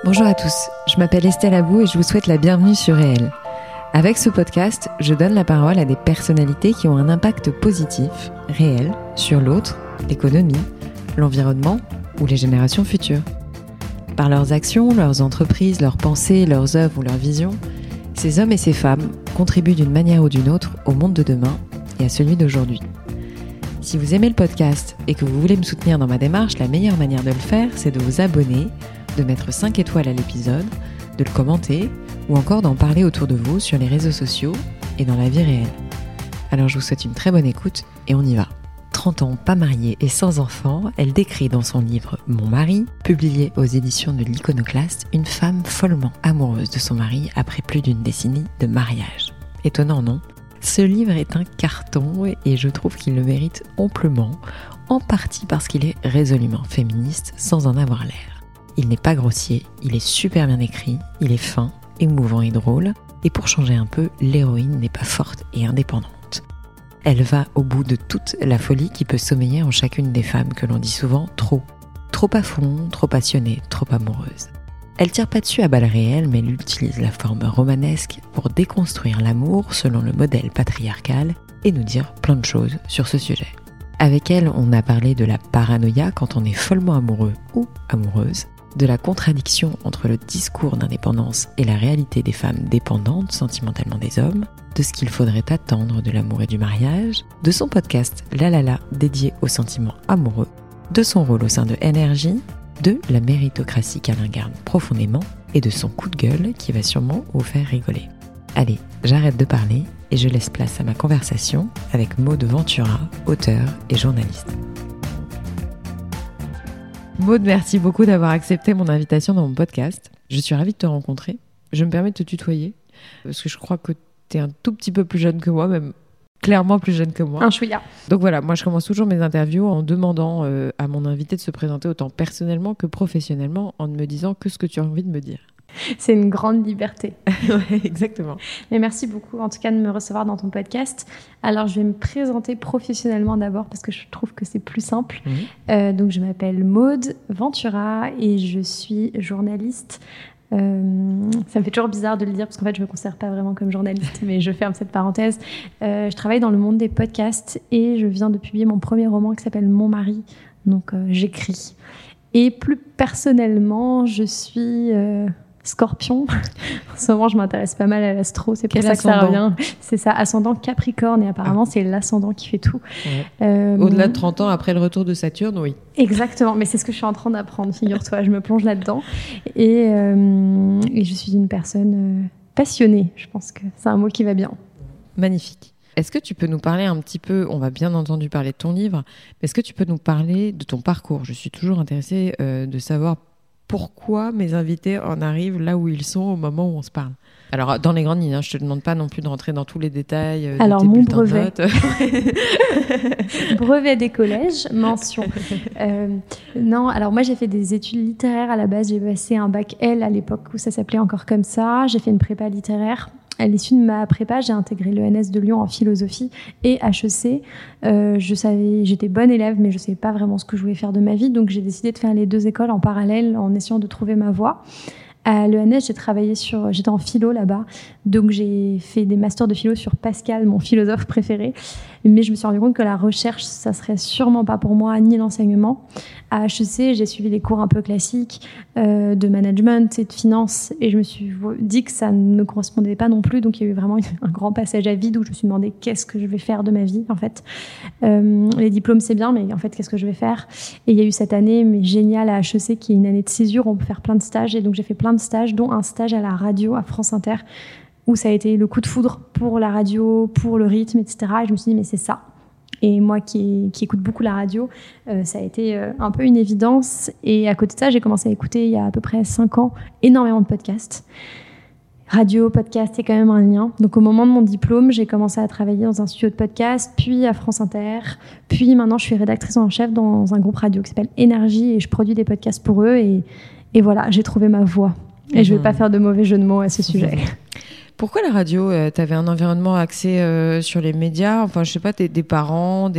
Bonjour à tous, je m'appelle Estelle Abou et je vous souhaite la bienvenue sur Réel. Avec ce podcast, je donne la parole à des personnalités qui ont un impact positif, réel, sur l'autre, l'économie, l'environnement ou les générations futures. Par leurs actions, leurs entreprises, leurs pensées, leurs œuvres ou leurs visions, ces hommes et ces femmes contribuent d'une manière ou d'une autre au monde de demain et à celui d'aujourd'hui. Si vous aimez le podcast et que vous voulez me soutenir dans ma démarche, la meilleure manière de le faire, c'est de vous abonner, de mettre 5 étoiles à l'épisode, de le commenter ou encore d'en parler autour de vous sur les réseaux sociaux et dans la vie réelle. Alors je vous souhaite une très bonne écoute et on y va. 30 ans, pas mariée et sans enfant, elle décrit dans son livre « Mon mari », publié aux éditions de l'Iconoclaste, une femme follement amoureuse de son mari après plus d'une décennie de mariage. Étonnant, non ? Ce livre est un carton et je trouve qu'il le mérite amplement, en partie parce qu'il est résolument féministe sans en avoir l'air. Il n'est pas grossier, il est super bien écrit, il est fin, émouvant et drôle, et pour changer un peu, l'héroïne n'est pas forte et indépendante. Elle va au bout de toute la folie qui peut sommeiller en chacune des femmes que l'on dit souvent trop à fond, trop passionnée, trop amoureuse. Elle tire pas dessus à balles réelles, mais elle utilise la forme romanesque pour déconstruire l'amour selon le modèle patriarcal et nous dire plein de choses sur ce sujet. Avec elle, on a parlé de la paranoïa quand on est follement amoureux ou amoureuse, de la contradiction entre le discours d'indépendance et la réalité des femmes dépendantes sentimentalement des hommes, de ce qu'il faudrait attendre de l'amour et du mariage, de son podcast La La La dédié aux sentiments amoureux, de son rôle au sein de Énergie, de la méritocratie qu'elle incarne profondément et de son coup de gueule qui va sûrement vous faire rigoler. Allez, j'arrête de parler et je laisse place à ma conversation avec Maud Ventura, auteure et journaliste. Maud, merci beaucoup d'avoir accepté mon invitation dans mon podcast. Je suis ravie de te rencontrer. Je me permets de te tutoyer parce que je crois que tu es un tout petit peu plus jeune que moi, même clairement plus jeune que moi. Un chouïa. Donc voilà, moi je commence toujours mes interviews en demandant à mon invité de se présenter autant personnellement que professionnellement en me disant que ce que tu as envie de me dire. C'est une grande liberté. Ouais, exactement. Mais merci beaucoup en tout cas de me recevoir dans ton podcast. Alors je vais me présenter professionnellement d'abord parce que je trouve que c'est plus simple. Donc je m'appelle Maud Ventura et je suis journaliste. Ça me fait toujours bizarre de le dire parce qu'en fait je me considère pas vraiment comme journaliste, mais je ferme cette parenthèse. Je travaille dans le monde des podcasts et je viens de publier mon premier roman qui s'appelle Mon mari, donc j'écris. Et plus personnellement, je suis Scorpion. En ce moment, je m'intéresse pas mal à l'astro, c'est pour ça que ça revient. C'est ça, ascendant Capricorne, et apparemment, c'est l'ascendant qui fait tout. Ouais. Au-delà de 30 ans, après le retour de Saturne, oui. Exactement, mais c'est ce que je suis en train d'apprendre, figure-toi. Je me plonge là-dedans. Et je suis une personne passionnée. Je pense que c'est un mot qui va bien. Magnifique. Est-ce que tu peux nous parler un petit peu, on va bien entendu parler de ton livre, mais est-ce que tu peux nous parler de ton parcours ? Je suis toujours intéressée de savoir pourquoi mes invités en arrivent là où ils sont au moment où on se parle. Alors, dans les grandes lignes, je ne te demande pas non plus de rentrer dans tous les détails. Alors, de tes mon bulletins brevet. de notes. Brevet des collèges, mention. Non, alors moi, j'ai fait des études littéraires à la base. J'ai passé un bac L à l'époque où ça s'appelait encore comme ça. J'ai fait une prépa littéraire. À l'issue de ma prépa, j'ai intégré l'ENS de Lyon en philosophie et HEC. J'étais bonne élève, mais je ne savais pas vraiment ce que je voulais faire de ma vie. Donc, j'ai décidé de faire les deux écoles en parallèle en essayant de trouver ma voie. À l'ENS, j'étais en philo là-bas. Donc, j'ai fait des masters de philo sur Pascal, mon philosophe préféré. Mais je me suis rendu compte que la recherche, ça serait sûrement pas pour moi, ni l'enseignement. À HEC, j'ai suivi des cours un peu classiques de management et de finance. Et je me suis dit que ça ne me correspondait pas non plus. Donc, il y a eu vraiment un grand passage à vide où je me suis demandé qu'est-ce que je vais faire de ma vie, en fait. Les diplômes, c'est bien, mais en fait, qu'est-ce que je vais faire ? Et il y a eu cette année géniale à HEC qui est une année de césure. On peut faire plein de stages. Et donc, j'ai fait plein de stages, dont un stage à la radio, à France Inter, où ça a été le coup de foudre pour la radio, pour le rythme, etc. Et je me suis dit, mais c'est ça. Et moi qui écoute beaucoup la radio, ça a été un peu une évidence. Et à côté de ça, j'ai commencé à écouter, il y a à peu près 5 ans, énormément de podcasts. Radio, podcast, c'est quand même un lien. Donc au moment de mon diplôme, j'ai commencé à travailler dans un studio de podcast, puis à France Inter. Puis maintenant, je suis rédactrice en chef dans un groupe radio qui s'appelle Énergie et je produis des podcasts pour eux. Et voilà, j'ai trouvé ma voie. Et je ne vais pas faire de mauvais jeu de mots à ce sujet. Pourquoi la radio ? Tu avais un environnement axé sur les médias ? Enfin, je sais pas, des parents,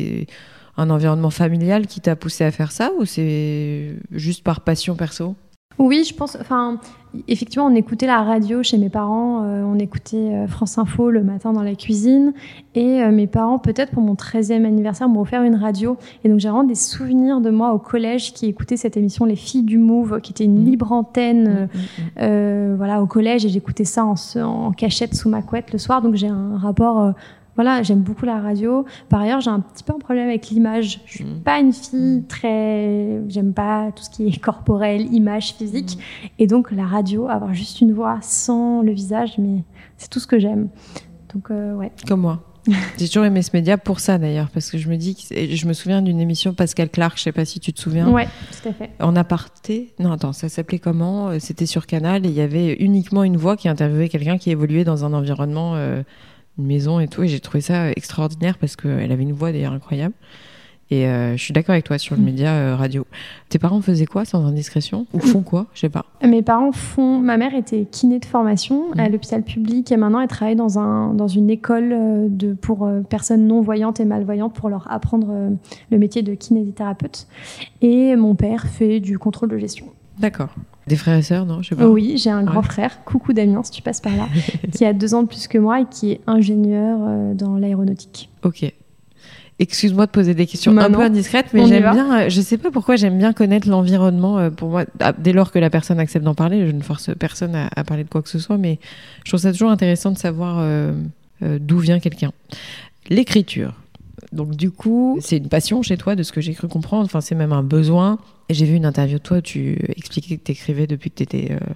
un environnement familial qui t'a poussé à faire ça ou c'est juste par passion perso ? Oui, je pense. Enfin, effectivement, on écoutait la radio chez mes parents. On écoutait France Info le matin dans la cuisine. Et mes parents, peut-être pour mon 13e anniversaire, m'ont offert une radio. Et donc, j'ai vraiment des souvenirs de moi au collège qui écoutait cette émission Les Filles du Move, qui était une libre antenne voilà, au collège. Et j'écoutais ça en cachette sous ma couette le soir. Donc, j'ai un rapport... Voilà, j'aime beaucoup la radio. Par ailleurs, j'ai un petit peu un problème avec l'image. Je suis pas une fille j'aime pas tout ce qui est corporel, image, physique. Et donc, la radio, avoir juste une voix sans le visage, mais c'est tout ce que j'aime. Donc, ouais. Comme moi. J'ai toujours aimé ce média pour ça d'ailleurs, parce que je me souviens d'une émission Pascal Clark, je sais pas si tu te souviens. Ouais, tout à fait. En aparté. Non, attends, ça s'appelait comment ? C'était sur Canal et il y avait uniquement une voix qui interviewait quelqu'un qui évoluait dans un environnement, une maison et tout, et j'ai trouvé ça extraordinaire parce qu'elle avait une voix d'ailleurs incroyable. Et je suis d'accord avec toi sur le média radio. Tes parents faisaient quoi sans indiscrétion ? Ou font quoi ? Je sais pas. Mes parents ma mère était kiné de formation à l'hôpital public et maintenant elle travaille dans une école pour personnes non-voyantes et malvoyantes pour leur apprendre le métier de kinésithérapeute. Et mon père fait du contrôle de gestion. D'accord. Des frères et sœurs, non ? Je sais pas. Oui, j'ai un grand frère, coucou Damien si tu passes par là, qui a 2 ans de plus que moi et qui est ingénieur dans l'aéronautique. Ok. Excuse-moi de poser des questions un peu indiscrètes, mais j'aime bien, je sais pas pourquoi j'aime bien connaître l'environnement. Pour moi, dès lors que la personne accepte d'en parler, je ne force personne à parler de quoi que ce soit, mais je trouve ça toujours intéressant de savoir d'où vient quelqu'un. L'écriture. Donc du coup, c'est une passion chez toi, de ce que j'ai cru comprendre. Enfin, c'est même un besoin. Et j'ai vu une interview de toi où tu expliquais que tu écrivais depuis que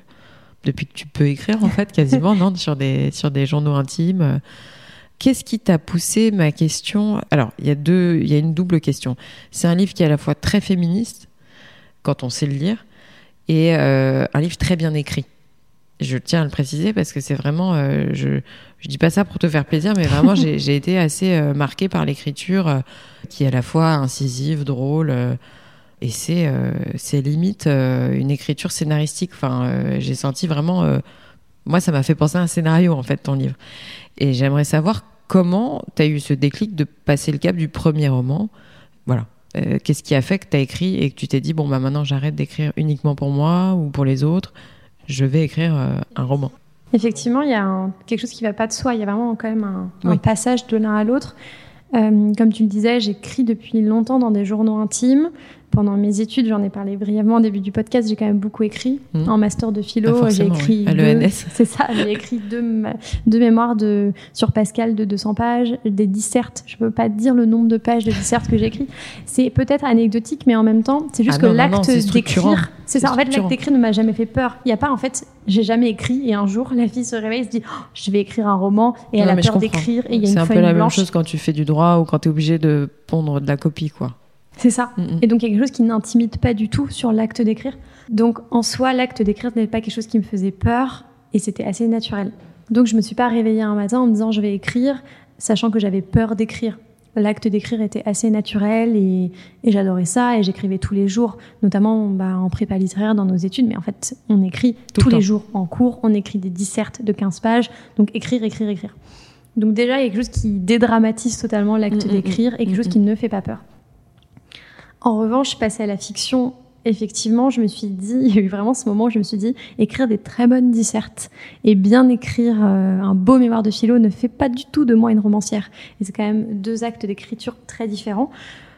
tu peux écrire, en fait, quasiment, non, sur des journaux intimes. Qu'est-ce qui t'a poussé, ma question ? Alors, il y a une double question. C'est un livre qui est à la fois très féministe, quand on sait le lire, et un livre très bien écrit. Je tiens à le préciser parce que c'est vraiment... je dis pas ça pour te faire plaisir, mais vraiment, j'ai été assez marquée par l'écriture qui est à la fois incisive, drôle... et c'est limite une écriture scénaristique. Enfin, j'ai senti vraiment... moi, ça m'a fait penser à un scénario, en fait, ton livre. Et j'aimerais savoir comment tu as eu ce déclic de passer le cap du premier roman. Voilà. Qu'est-ce qui a fait que tu as écrit et que tu t'es dit, bon, bah maintenant, j'arrête d'écrire uniquement pour moi ou pour les autres. Je vais écrire un roman. Effectivement, il y a quelque chose qui ne va pas de soi. Il y a vraiment quand même un passage de l'un à l'autre. Comme tu le disais, j'écris depuis longtemps dans des journaux intimes. Pendant mes études, j'en ai parlé brièvement au début du podcast, j'ai quand même beaucoup écrit. En master de philo, j'ai écrit à l'ENS. C'est ça, j'ai écrit deux mémoires sur Pascal de 200 pages, des dissertes. Je peux pas te dire le nombre de pages de dissertes que j'ai écrit. C'est peut-être anecdotique, mais en même temps, c'est juste que l'acte d'écrire, c'est ça. En fait, l'acte d'écrire ne m'a jamais fait peur. Il y a pas, en fait, j'ai jamais écrit et un jour, la fille se réveille et se dit, je vais écrire un roman et elle a peur d'écrire et il y a une feuille blanche. C'est un peu la même chose quand tu fais du droit ou quand tu es obligé de pondre de la copie, quoi. C'est ça. Et donc, il y a quelque chose qui n'intimide pas du tout sur l'acte d'écrire. Donc, en soi, l'acte d'écrire n'est pas quelque chose qui me faisait peur et c'était assez naturel. Donc, je me suis pas réveillée un matin en me disant, je vais écrire, sachant que j'avais peur d'écrire. L'acte d'écrire était assez naturel et j'adorais ça et j'écrivais tous les jours, notamment en prépa littéraire dans nos études. Mais en fait, on écrit tous les jours en cours, on écrit des dissertes de 15 pages. Donc, écrire. Donc, déjà, il y a quelque chose qui dédramatise totalement l'acte d'écrire et quelque chose qui ne fait pas peur. En revanche, passer à la fiction, effectivement, je me suis dit, il y a eu vraiment ce moment où je me suis dit, écrire des très bonnes dissertes et bien écrire un beau mémoire de philo ne fait pas du tout de moi une romancière. Et c'est quand même 2 actes d'écriture très différents.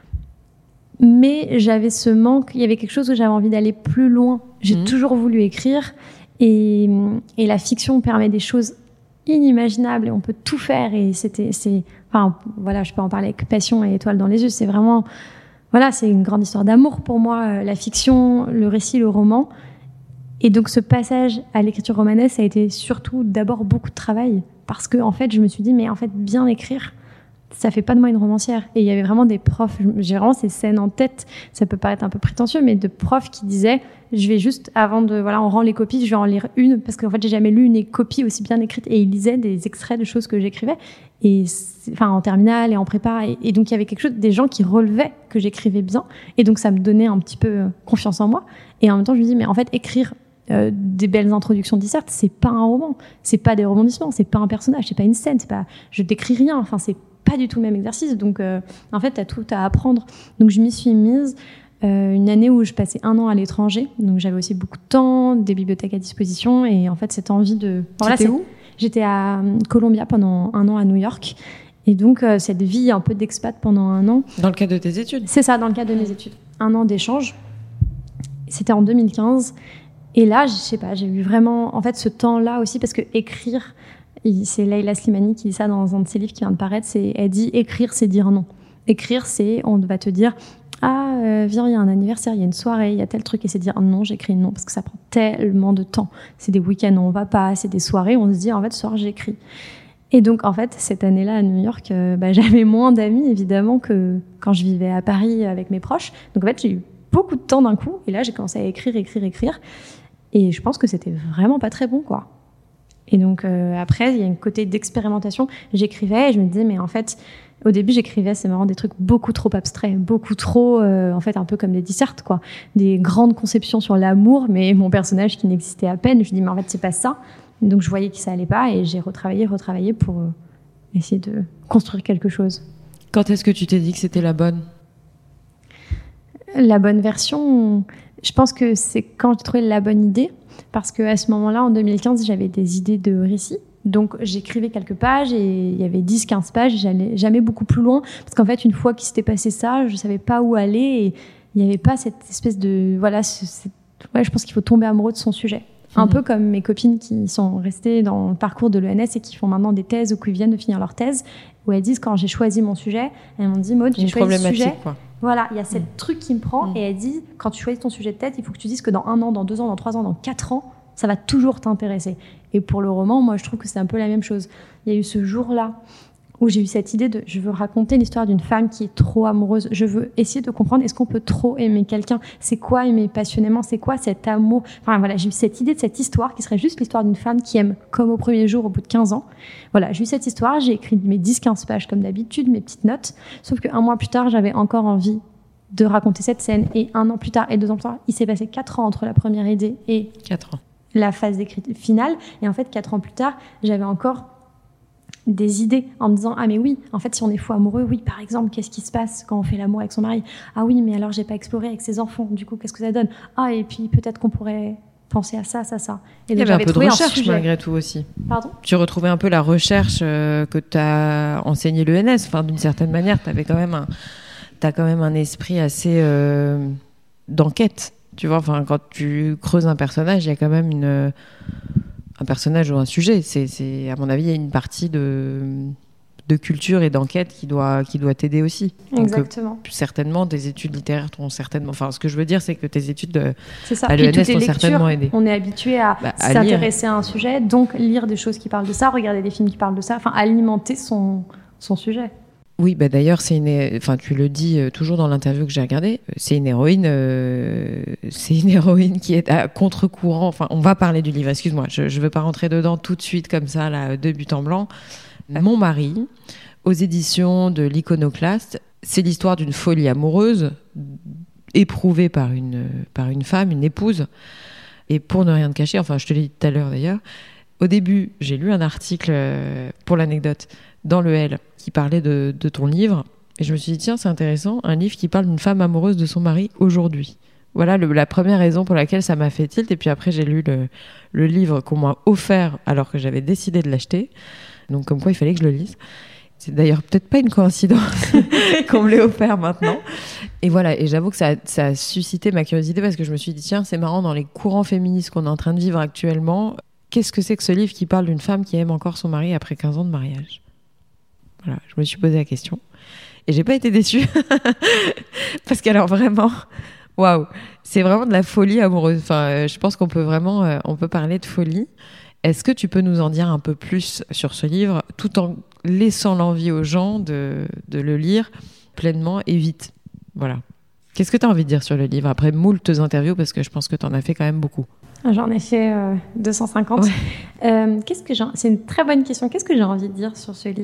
Mais j'avais ce manque, il y avait quelque chose où j'avais envie d'aller plus loin. J'ai toujours voulu écrire et la fiction permet des choses inimaginables et on peut tout faire et voilà, je peux en parler avec passion et étoile dans les yeux. C'est vraiment... Voilà, c'est une grande histoire d'amour pour moi, la fiction, le récit, le roman. Et donc, ce passage à l'écriture romanesque, ça a été surtout d'abord beaucoup de travail. Parce que, en fait, je me suis dit, mais en fait, bien écrire, ça fait pas de moi une romancière. Et il y avait vraiment des profs, j'ai vraiment ces scènes en tête, ça peut paraître un peu prétentieux, mais de profs qui disaient, je vais juste, avant de, voilà, on rend les copies, je vais en lire une, parce qu'en fait, j'ai jamais lu une copie aussi bien écrite. Et ils lisaient des extraits de choses que j'écrivais. Et en terminale et en prépa. Et donc, il y avait quelque chose, des gens qui relevaient que j'écrivais bien. Et donc, ça me donnait un petit peu confiance en moi. Et en même temps, je me dis, mais en fait, écrire des belles introductions de dissertes, c'est pas un roman. C'est pas des rebondissements. C'est pas un personnage. C'est pas une scène. Je décris rien. Enfin, c'est pas du tout le même exercice. Donc, en fait, t'as tout à apprendre. Donc, je m'y suis mise. une année où je passais 1 an à l'étranger, donc j'avais aussi beaucoup de temps, des bibliothèques à disposition, et en fait cette envie de... C'était où ? J'étais à Columbia pendant 1 an à New York, et donc cette vie un peu d'expat pendant 1 an. Dans le cadre de tes études ? C'est ça, dans le cadre de mes études. 1 an d'échange, c'était en 2015, et là, je sais pas, j'ai eu vraiment, en fait, ce temps-là aussi, parce que écrire, c'est Leila Slimani qui dit ça dans un de ses livres qui vient de paraître, elle dit écrire, c'est dire non. Écrire, c'est, on va te dire, viens, il y a un anniversaire, il y a une soirée, il y a tel truc, et c'est dire non, j'écris non, parce que ça prend tellement de temps. C'est des week-ends où on va pas, c'est des soirées où on se dit, en fait, ce soir, j'écris. Et donc, en fait, cette année-là, à New York, j'avais moins d'amis, évidemment, que quand je vivais à Paris avec mes proches. Donc, en fait, j'ai eu beaucoup de temps d'un coup, et là, j'ai commencé à écrire. Et je pense que c'était vraiment pas très bon, quoi. Et donc, après, il y a un côté d'expérimentation. J'écrivais et je me disais, mais en fait, au début, j'écrivais, c'est marrant, des trucs beaucoup trop abstraits, beaucoup trop, en fait, un peu comme des dissertes, quoi. Des grandes conceptions sur l'amour, mais mon personnage qui n'existait à peine, je dis, mais en fait, c'est pas ça. Et donc, je voyais que ça allait pas et j'ai retravaillé pour essayer de construire quelque chose. Quand est-ce que tu t'es dit que c'était la bonne ? La bonne version, je pense que c'est quand j'ai trouvé la bonne idée, parce qu'à ce moment-là, en 2015, j'avais des idées de récits. Donc, j'écrivais quelques pages et il y avait 10-15 pages, j'allais jamais beaucoup plus loin, parce qu'en fait, une fois qu'il s'était passé ça, je savais pas où aller et il n'y avait pas cette espèce de... Voilà, je pense qu'il faut tomber amoureux de son sujet. Un peu comme mes copines qui sont restées dans le parcours de l'ENS et qui font maintenant des thèses ou qui viennent de finir leur thèse, où elles disent, quand j'ai choisi mon sujet, elles m'ont dit, Maud, j'ai choisi ce sujet. Quoi. Voilà, il y a ce truc qui me prend et elle dit, quand tu choisis ton sujet de tête, il faut que tu dises que dans 1 an, dans 2 ans, dans 3 ans, dans 4 ans, ça va toujours t'intéresser. Et pour le roman, moi, je trouve que c'est un peu la même chose. Il y a eu ce jour-là où j'ai eu cette idée de, je veux raconter l'histoire d'une femme qui est trop amoureuse. Je veux essayer de comprendre, est-ce qu'on peut trop aimer quelqu'un ? C'est quoi aimer passionnément ? C'est quoi cet amour ? Enfin voilà, j'ai eu cette idée de cette histoire qui serait juste l'histoire d'une femme qui aime comme au premier jour au bout de 15 ans. Voilà, j'ai eu cette histoire, j'ai écrit mes 10-15 pages comme d'habitude, mes petites notes. Sauf que 1 mois plus tard, j'avais encore envie de raconter cette scène. Et 1 an plus tard et 2 ans plus tard, il s'est passé 4 ans entre la première idée et 4 ans. La phase d'écriture finale. Et en fait, 4 ans plus tard, j'avais encore des idées en me disant, ah mais oui, en fait, si on est fou amoureux, oui, par exemple, qu'est-ce qui se passe quand on fait l'amour avec son mari ? Ah oui, mais alors j'ai pas exploré avec ses enfants, du coup, qu'est-ce que ça donne ? Ah, et puis peut-être qu'on pourrait penser à ça. Et il y avait un peu de recherche malgré tout aussi. Pardon ? Tu retrouvais un peu la recherche que t'as enseigné l'ENS, enfin d'une certaine manière, t'as quand même un esprit assez d'enquête. Tu vois, enfin, quand tu creuses un personnage, il y a quand même un personnage ou un sujet. C'est, à mon avis, il y a une partie de culture et d'enquête qui doit t'aider aussi. Exactement. Donc, certainement, des études littéraires t'ont certainement... Enfin, ce que je veux dire, c'est que tes études à l'ENS t'ont certainement aidé. On est habitué à s'intéresser à un sujet, donc lire des choses qui parlent de ça, regarder des films qui parlent de ça, enfin, alimenter son sujet. Oui, d'ailleurs, tu le dis toujours dans l'interview que j'ai regardée, c'est une héroïne qui est à contre-courant. Enfin, on va parler du livre, excuse-moi, je ne veux pas rentrer dedans tout de suite comme ça, là, de but en blanc. Mon mari, aux éditions de l'Iconoclaste, c'est l'histoire d'une folie amoureuse éprouvée par une femme, une épouse. Et pour ne rien te cacher, enfin, je te l'ai dit tout à l'heure d'ailleurs, au début, j'ai lu un article, pour l'anecdote, dans le L, qui parlait de ton livre. Et je me suis dit, tiens, c'est intéressant, un livre qui parle d'une femme amoureuse de son mari aujourd'hui. Voilà la première raison pour laquelle ça m'a fait tilt. Et puis après, j'ai lu le livre qu'on m'a offert alors que j'avais décidé de l'acheter. Donc, comme quoi, il fallait que je le lise. C'est d'ailleurs peut-être pas une coïncidence qu'on me l'ait offert maintenant. Et voilà, et j'avoue que ça a suscité ma curiosité parce que je me suis dit, tiens, c'est marrant, dans les courants féministes qu'on est en train de vivre actuellement, qu'est-ce que c'est que ce livre qui parle d'une femme qui aime encore son mari après 15 ans de mariage ? Voilà, je me suis posé la question. Et j'ai pas été déçue. Parce qu'alors vraiment, waouh, c'est vraiment de la folie amoureuse. Enfin, je pense qu'on peut vraiment, on peut parler de folie. Est-ce que tu peux nous en dire un peu plus sur ce livre, tout en laissant l'envie aux gens de le lire pleinement et vite ? Voilà. Qu'est-ce que tu as envie de dire sur le livre après moult interviews, parce que je pense que tu en as fait quand même beaucoup. J'en ai fait 250. Ouais. C'est une très bonne question. Qu'est-ce que j'ai envie de dire sur ce livre ?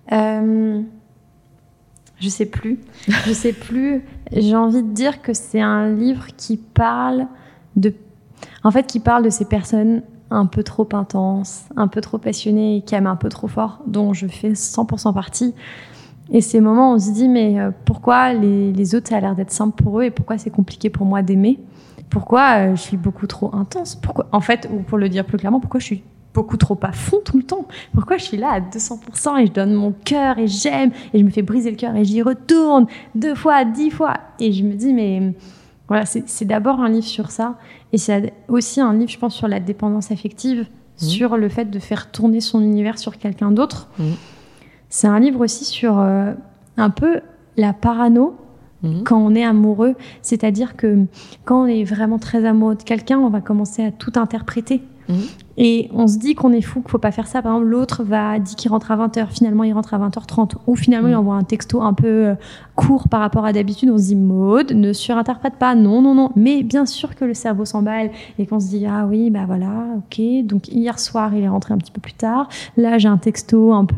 Je sais plus. J'ai envie de dire que c'est un livre qui parle de ces personnes un peu trop intenses, un peu trop passionnées et qui aiment un peu trop fort, dont je fais 100% partie. Et ces moments, on se dit, mais pourquoi les autres, ça a l'air d'être simple pour eux et pourquoi c'est compliqué pour moi d'aimer ? Pourquoi je suis beaucoup trop intense ? Pourquoi, en fait, ou pour le dire plus clairement, pourquoi je suis beaucoup trop à fond tout le temps ? Pourquoi je suis là à 200% et je donne mon cœur et j'aime et je me fais briser le cœur et j'y retourne 2 fois, 10 fois ? Et je me dis, mais voilà, c'est d'abord un livre sur ça et c'est aussi un livre, je pense, sur la dépendance affective, sur le fait de faire tourner son univers sur quelqu'un d'autre. C'est un livre aussi sur un peu la parano quand on est amoureux. C'est-à-dire que quand on est vraiment très amoureux de quelqu'un, on va commencer à tout interpréter. Et on se dit qu'on est fou, qu'il ne faut pas faire ça. Par exemple, l'autre dit qu'il rentre à 20h. Finalement, il rentre à 20h30. Ou finalement, il envoie un texto un peu court par rapport à d'habitude. On se dit, Maud, ne surinterprète pas. Non, non, non. Mais bien sûr que le cerveau s'emballe et qu'on se dit, ah oui, bah voilà, ok. Donc, hier soir, il est rentré un petit peu plus tard. Là, j'ai un texto un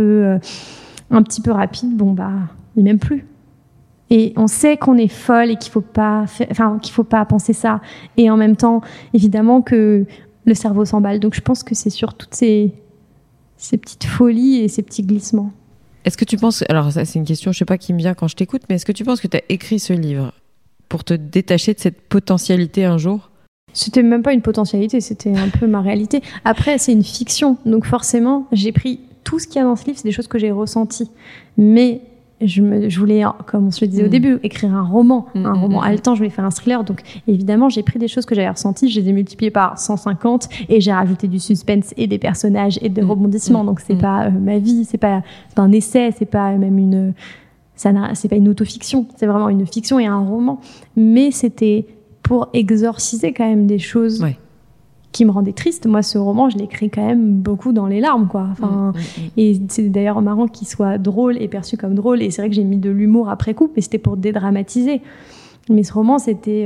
petit peu rapide. Bon, bah, il m'aime plus. Et on sait qu'on est folle et qu'il faut pas penser ça. Et en même temps, évidemment que le cerveau s'emballe. Donc, je pense que c'est sur toutes ces petites folies et ces petits glissements. Est-ce que tu penses... Alors, ça, c'est une question, je sais pas, qui me vient quand je t'écoute, mais est-ce que tu penses que tu as écrit ce livre pour te détacher de cette potentialité un jour ? C'était même pas une potentialité, c'était un peu ma réalité. Après, c'est une fiction. Donc, forcément, j'ai pris tout ce qu'il y a dans ce livre, c'est des choses que j'ai ressenties. Mais je voulais, comme on se le disait au début, écrire un roman haletant, je voulais faire un thriller. Donc, évidemment, j'ai pris des choses que j'avais ressenties, je les ai multipliées par 150 et j'ai rajouté du suspense et des personnages et des rebondissements. Donc, c'est pas ma vie, c'est pas un essai, c'est pas même c'est pas une autofiction, c'est vraiment une fiction et un roman. Mais c'était pour exorciser quand même des choses qui me rendaient triste. Moi, ce roman, je l'ai écrit quand même beaucoup dans les larmes, quoi. Enfin, et c'est d'ailleurs marrant qu'il soit drôle et perçu comme drôle. Et c'est vrai que j'ai mis de l'humour après coup, mais c'était pour dédramatiser. Mais ce roman, il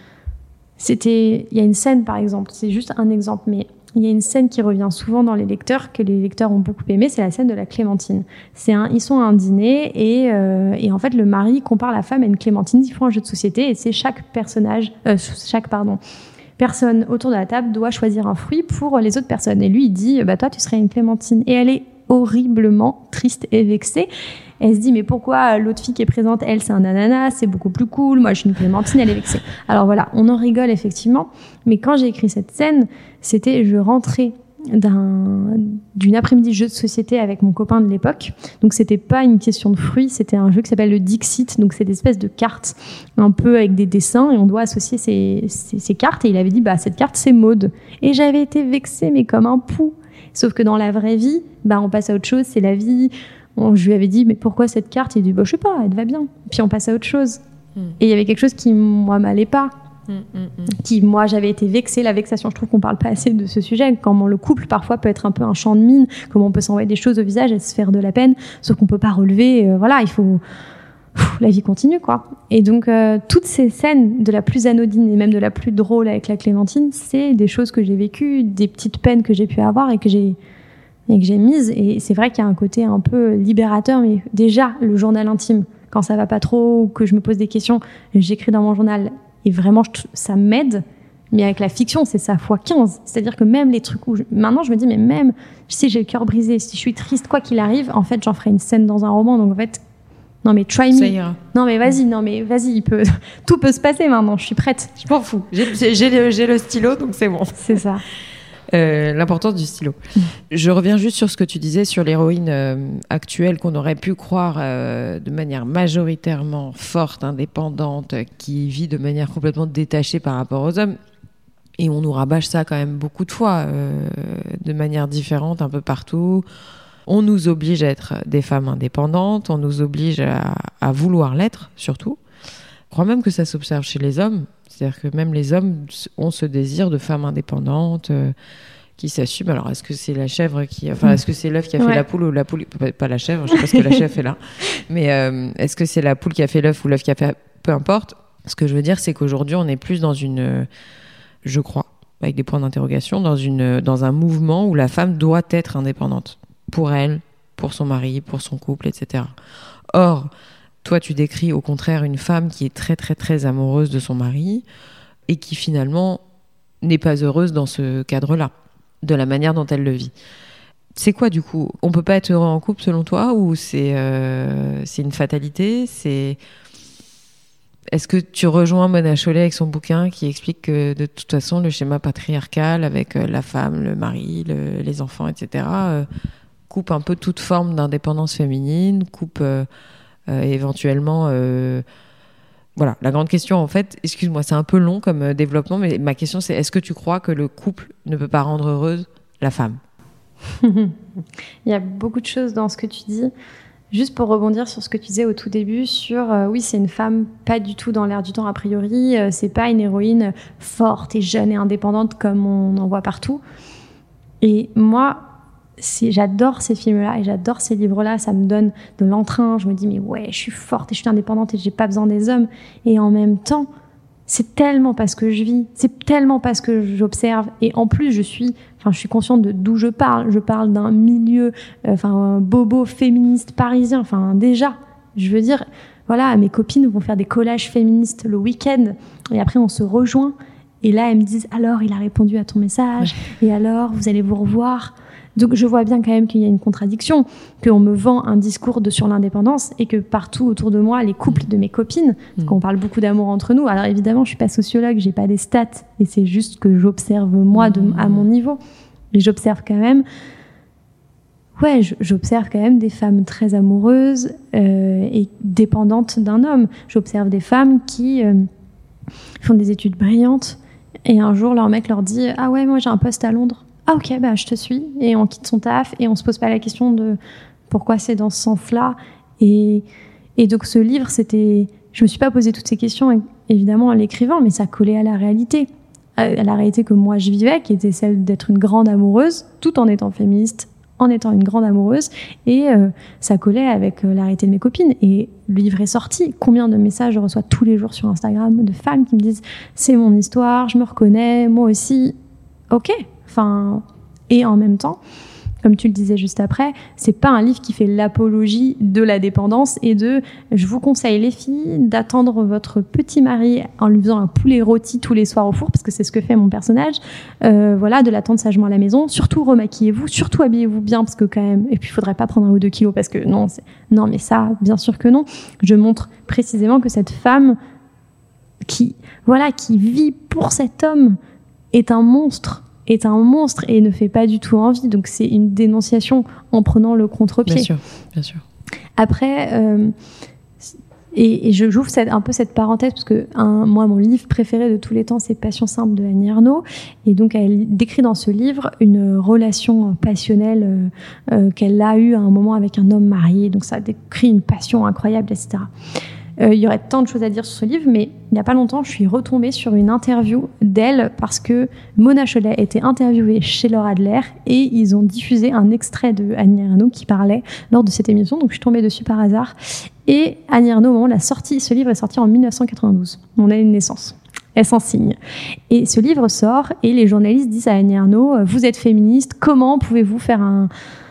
y a une scène, par exemple, c'est juste un exemple, mais il y a une scène qui revient souvent dans les lecteurs, que les lecteurs ont beaucoup aimé, c'est la scène de la clémentine. Ils sont à un dîner et en fait, le mari compare la femme à une clémentine. Ils font un jeu de société et c'est chaque personne autour de la table doit choisir un fruit pour les autres personnes. Et lui, il dit, bah, toi, tu serais une clémentine. Et elle est horriblement triste et vexée. Elle se dit, mais pourquoi l'autre fille qui est présente, elle, c'est un ananas, c'est beaucoup plus cool. Moi, je suis une clémentine, elle est vexée. Alors voilà, on en rigole effectivement. Mais quand j'ai écrit cette scène, je rentrais d'une après-midi jeu de société avec mon copain de l'époque. Donc, c'était pas une question de fruits, c'était un jeu qui s'appelle le Dixit. Donc, c'est des espèces de cartes un peu avec des dessins et on doit associer ces cartes. Et il avait dit, bah, cette carte, c'est Maud. Et j'avais été vexée, mais comme un pou. Sauf que dans la vraie vie, bah, on passe à autre chose, c'est la vie. Je lui avais dit, mais pourquoi cette carte ? Il dit, bah, je sais pas, elle te va bien. Puis on passe à autre chose. Et il y avait quelque chose qui, moi, m'allait pas. Qui, moi, j'avais été vexée. La vexation, je trouve qu'on parle pas assez de ce sujet. Comment le couple, parfois, peut être un peu un champ de mine. Comment on peut s'envoyer des choses au visage et se faire de la peine. Sauf qu'on peut pas relever. Voilà, il faut... la vie continue, quoi. Et donc, toutes ces scènes, de la plus anodine et même de la plus drôle avec la clémentine, c'est des choses que j'ai vécues, des petites peines que j'ai pu avoir et que j'ai mises. Et c'est vrai qu'il y a un côté un peu libérateur, mais déjà, le journal intime, quand ça va pas trop ou que je me pose des questions, j'écris dans mon journal et vraiment, ça m'aide. Mais avec la fiction, c'est ça fois 15. C'est-à-dire que même les trucs où... Maintenant, je me dis, mais même si j'ai le cœur brisé, si je suis triste, quoi qu'il arrive, en fait, j'en ferai une scène dans un roman. Donc, en fait, non, mais try me. Ça ira. Non, mais vas-y, tout peut se passer maintenant, je suis prête. Je m'en fous. J'ai le stylo, donc c'est bon. C'est ça. L'importance du stylo. Je reviens juste sur ce que tu disais sur l'héroïne actuelle qu'on aurait pu croire de manière majoritairement forte, indépendante, qui vit de manière complètement détachée par rapport aux hommes. Et on nous rabâche ça quand même beaucoup de fois, de manière différente, un peu partout. On nous oblige à être des femmes indépendantes, on nous oblige à vouloir l'être, surtout. Je crois même que ça s'observe chez les hommes. C'est-à-dire que même les hommes ont ce désir de femmes indépendantes qui s'assument. Alors, est-ce que c'est la chèvre est-ce que c'est l'œuf qui a fait la poule ou la poule... Pas la chèvre, je sais pas ce que la chèvre fait là. Mais est-ce que c'est la poule qui a fait l'œuf ou l'œuf qui a fait... Peu importe. Ce que je veux dire, c'est qu'aujourd'hui, on est plus dans je crois, avec des points d'interrogation, dans un mouvement où la femme doit être indépendante. Pour elle, pour son mari, pour son couple, etc. Or... Toi, tu décris au contraire une femme qui est très, très, très amoureuse de son mari et qui finalement n'est pas heureuse dans ce cadre-là, de la manière dont elle le vit. c'est quoi du coup ? On peut pas être heureux en couple selon toi, ou c'est une fatalité ? Est-ce que tu rejoins Mona Chollet avec son bouquin qui explique que de toute façon le schéma patriarcal avec la femme, le mari, les enfants, etc. Coupe un peu toute forme d'indépendance féminine, coupe éventuellement... Voilà, la grande question en fait, excuse-moi, c'est un peu long comme développement, mais ma question c'est, est-ce que tu crois que le couple ne peut pas rendre heureuse la femme ? Il y a beaucoup de choses dans ce que tu dis. Juste pour rebondir sur ce que tu disais au tout début, sur oui, c'est une femme pas du tout dans l'air du temps a priori, c'est pas une héroïne forte et jeune et indépendante comme on en voit partout. Et moi, j'adore ces films-là et j'adore ces livres-là, ça me donne de l'entrain, je me dis mais ouais, je suis forte et je suis indépendante et j'ai pas besoin des hommes. Et en même temps, c'est tellement parce que je vis, c'est tellement parce que j'observe, et en plus je suis consciente d'où je parle d'un milieu, un bobo féministe parisien, déjà, je veux dire, voilà, mes copines vont faire des collages féministes le week-end, et après on se rejoint, et là elles me disent, alors il a répondu à ton message, et alors vous allez vous revoir. Donc je vois bien quand même qu'il y a une contradiction, qu'on me vend un discours sur l'indépendance et que partout autour de moi, les couples de mes copines, parce qu'on parle beaucoup d'amour entre nous, alors évidemment je suis pas sociologue, j'ai pas des stats, et c'est juste que j'observe moi à mon niveau, et j'observe quand même des femmes très amoureuses et dépendantes d'un homme. J'observe des femmes qui font des études brillantes et un jour leur mec leur dit « Ah ouais, moi j'ai un poste à Londres ». Ah ok, je te suis. Et on quitte son taf et on se pose pas la question de pourquoi c'est dans ce sens-là. Et donc ce livre, je me suis pas posé toutes ces questions évidemment en l'écrivant, mais ça collait à la réalité. À la réalité que moi je vivais, qui était celle d'être une grande amoureuse, tout en étant féministe, en étant une grande amoureuse. Et ça collait avec la réalité de mes copines. Et le livre est sorti. Combien de messages je reçois tous les jours sur Instagram de femmes qui me disent « C'est mon histoire, je me reconnais, moi aussi. » Ok. Et en même temps, comme tu le disais juste après, c'est pas un livre qui fait l'apologie de la dépendance et je vous conseille les filles d'attendre votre petit mari en lui faisant un poulet rôti tous les soirs au four, parce que c'est ce que fait mon personnage, de l'attendre sagement à la maison, surtout remaquillez-vous, surtout habillez-vous bien, parce que quand même, et puis il faudrait pas prendre 1 ou 2 kilos, parce que non, mais ça, bien sûr que non. Je montre précisément que cette femme qui vit pour cet homme est un monstre et ne fait pas du tout envie. Donc c'est une dénonciation en prenant le contre-pied. Bien sûr. Après, et j'ouvre un peu cette parenthèse parce que moi, mon livre préféré de tous les temps, c'est Passion simple de Annie Ernaux. Et donc elle décrit dans ce livre une relation passionnelle qu'elle a eue à un moment avec un homme marié. Donc ça décrit une passion incroyable, etc. Il y aurait tant de choses à dire sur ce livre, mais il n'y a pas longtemps, je suis retombée sur une interview d'elle parce que Mona Chollet était interviewée chez Laura Adler et ils ont diffusé un extrait de Annie Ernaux qui parlait lors de cette émission, donc je suis tombée dessus par hasard. Et Annie Ernaux, au moment de la sortie, ce livre est sorti en 1992, mon année de naissance. Elle s'en signe. Et ce livre sort et les journalistes disent à Annie Ernaux, vous êtes féministe, comment pouvez-vous faire un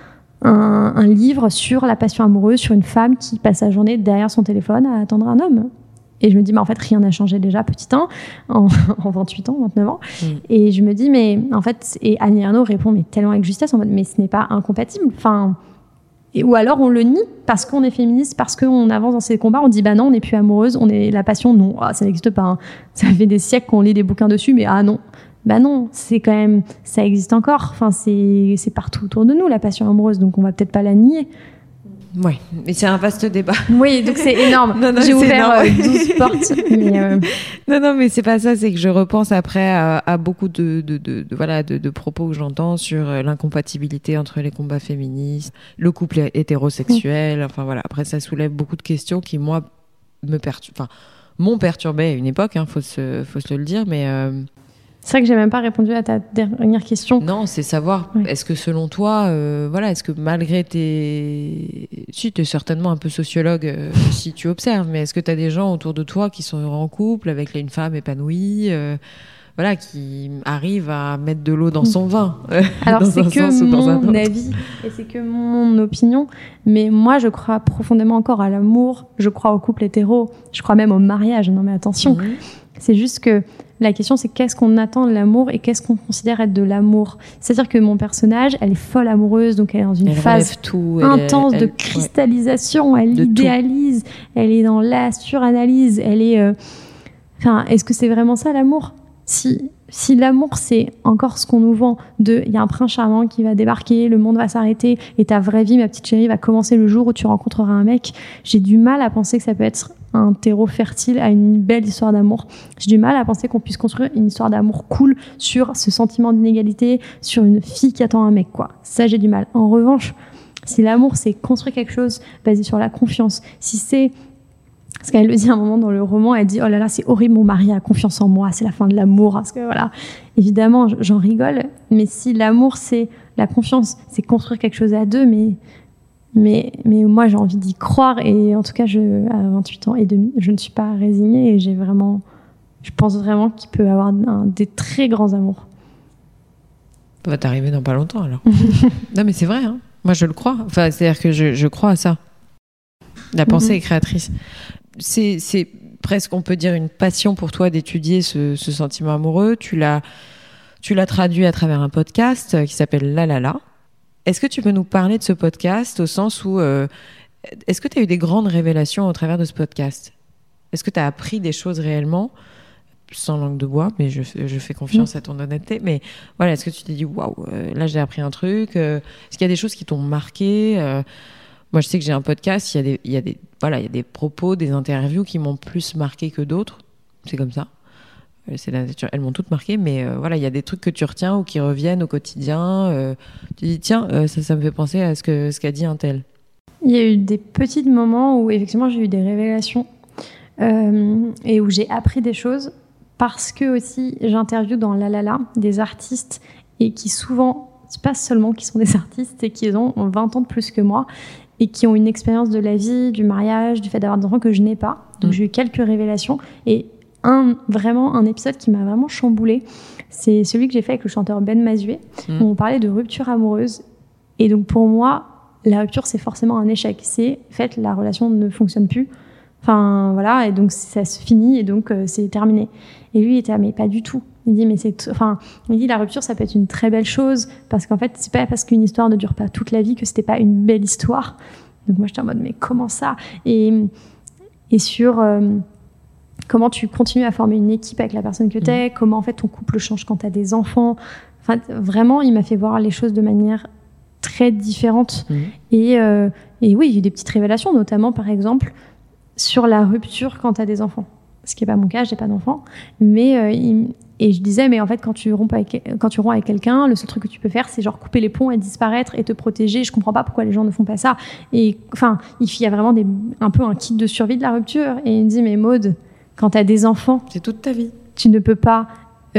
livre sur la passion amoureuse, sur une femme qui passe sa journée derrière son téléphone à attendre un homme. Et je me dis, mais en fait, rien n'a changé déjà, petit 1, en 28 ans, 29 ans. Et je me dis, mais en fait, et Annie Ernaux répond, mais tellement avec justesse, en mode, mais ce n'est pas incompatible. Ou alors on le nie parce qu'on est féministe, parce qu'on avance dans ces combats, on dit, bah non, on n'est plus amoureuse, la passion, non, ça n'existe pas. Hein. Ça fait des siècles qu'on lit des bouquins dessus, mais non. Bah non, c'est quand même, ça existe encore. C'est partout autour de nous, la passion amoureuse, donc on va peut-être pas la nier. Oui, mais c'est un vaste débat. Oui, donc c'est énorme. J'ai ouvert 12 portes. Mais Non, mais c'est pas ça, c'est que je repense après à beaucoup de propos que j'entends sur l'incompatibilité entre les combats féministes, le couple hétérosexuel, Après, ça soulève beaucoup de questions qui, moi, m'ont perturbée à une époque, faut se le dire, mais... C'est vrai que j'ai même pas répondu à ta dernière question. Non, c'est savoir, est-ce que selon toi, est-ce que malgré Si, tu es certainement un peu sociologue si tu observes, mais est-ce que tu as des gens autour de toi qui sont heureux en couple, avec une femme épanouie, qui arrive à mettre de l'eau dans son vin Alors c'est que mon avis et c'est que mon opinion, mais moi je crois profondément encore à l'amour, je crois au couple hétéro, je crois même au mariage, non mais attention. C'est juste que la question, c'est qu'est-ce qu'on attend de l'amour et qu'est-ce qu'on considère être de l'amour. C'est-à-dire que mon personnage, elle est folle amoureuse, donc elle est dans une phase intense de cristallisation, elle idéalise, elle est dans la suranalyse, elle est... est-ce que c'est vraiment ça l'amour ? Si l'amour, c'est encore ce qu'on nous vend, il y a un prince charmant qui va débarquer, le monde va s'arrêter et ta vraie vie, ma petite chérie, va commencer le jour où tu rencontreras un mec, j'ai du mal à penser que ça peut être un terreau fertile à une belle histoire d'amour. J'ai du mal à penser qu'on puisse construire une histoire d'amour cool sur ce sentiment d'inégalité, sur une fille qui attend un mec, quoi. Ça, j'ai du mal. En revanche, si l'amour, c'est construire quelque chose basé sur la confiance, si c'est... Parce qu'elle le dit à un moment dans le roman, elle dit « Oh là là, c'est horrible, mon mari a confiance en moi, c'est la fin de l'amour. » Parce que voilà, évidemment, j'en rigole. Mais si l'amour, c'est la confiance, c'est construire quelque chose à deux, mais moi, j'ai envie d'y croire. Et en tout cas, à 28 ans et demi, je ne suis pas résignée et je pense vraiment qu'il peut y avoir des très grands amours. Ça va t'arriver dans pas longtemps, alors. Non, mais c'est vrai, hein. Moi, je le crois. Enfin, c'est-à-dire que je crois à ça. La pensée est créatrice. C'est presque, on peut dire, une passion pour toi d'étudier ce sentiment amoureux. Tu l'as traduit à travers un podcast qui s'appelle La La La. Est-ce que tu peux nous parler de ce podcast au sens où... est-ce que tu as eu des grandes révélations au travers de ce podcast ? Est-ce que tu as appris des choses réellement ? Sans langue de bois, mais je fais confiance à ton honnêteté. Mais voilà, est-ce que tu t'es dit, waouh, là j'ai appris un truc ? Est-ce qu'il y a des choses qui t'ont marqué ? Moi, je sais que j'ai un podcast, il y a des propos, des interviews qui m'ont plus marqué que d'autres. C'est comme ça. C'est la nature. Elles m'ont toutes marqué, mais voilà, il y a des trucs que tu retiens ou qui reviennent au quotidien. Tu dis, tiens, ça me fait penser à ce qu'a dit un tel. Il y a eu des petits moments où, effectivement, j'ai eu des révélations et où j'ai appris des choses parce que aussi, j'interviewe dans La La La des artistes et qui souvent, c'est pas seulement qui sont des artistes, c'est qu'ils ont 20 ans de plus que moi et qui ont une expérience de la vie, du mariage, du fait d'avoir des enfants que je n'ai pas. Donc j'ai eu quelques révélations. Et vraiment un épisode qui m'a vraiment chamboulée, c'est celui que j'ai fait avec le chanteur Ben Mazué, où on parlait de rupture amoureuse. Et donc pour moi, la rupture, c'est forcément un échec. C'est, en fait, la relation ne fonctionne plus. Enfin, voilà, et donc ça se finit, et donc c'est terminé. Et lui, il était, mais pas du tout. Il dit, il dit, la rupture, ça peut être une très belle chose, parce qu'en fait, c'est pas parce qu'une histoire ne dure pas toute la vie que c'était pas une belle histoire. Donc moi, j'étais en mode, mais comment ça ? Et sur comment tu continues à former une équipe avec la personne que t'es, comment en fait ton couple change quand t'as des enfants. Enfin, vraiment, il m'a fait voir les choses de manière très différente. Et oui, il y a eu des petites révélations, notamment, par exemple, sur la rupture quand t'as des enfants. Ce qui n'est pas mon cas, j'ai pas d'enfants. Et je disais, mais en fait, quand tu romps avec quelqu'un, le seul truc que tu peux faire, c'est genre couper les ponts et disparaître et te protéger. Je comprends pas pourquoi les gens ne font pas ça. Et enfin, il y a vraiment un peu un kit de survie de la rupture. Et il me dit, mais Maud, quand t'as des enfants, c'est toute ta vie. Tu ne peux pas,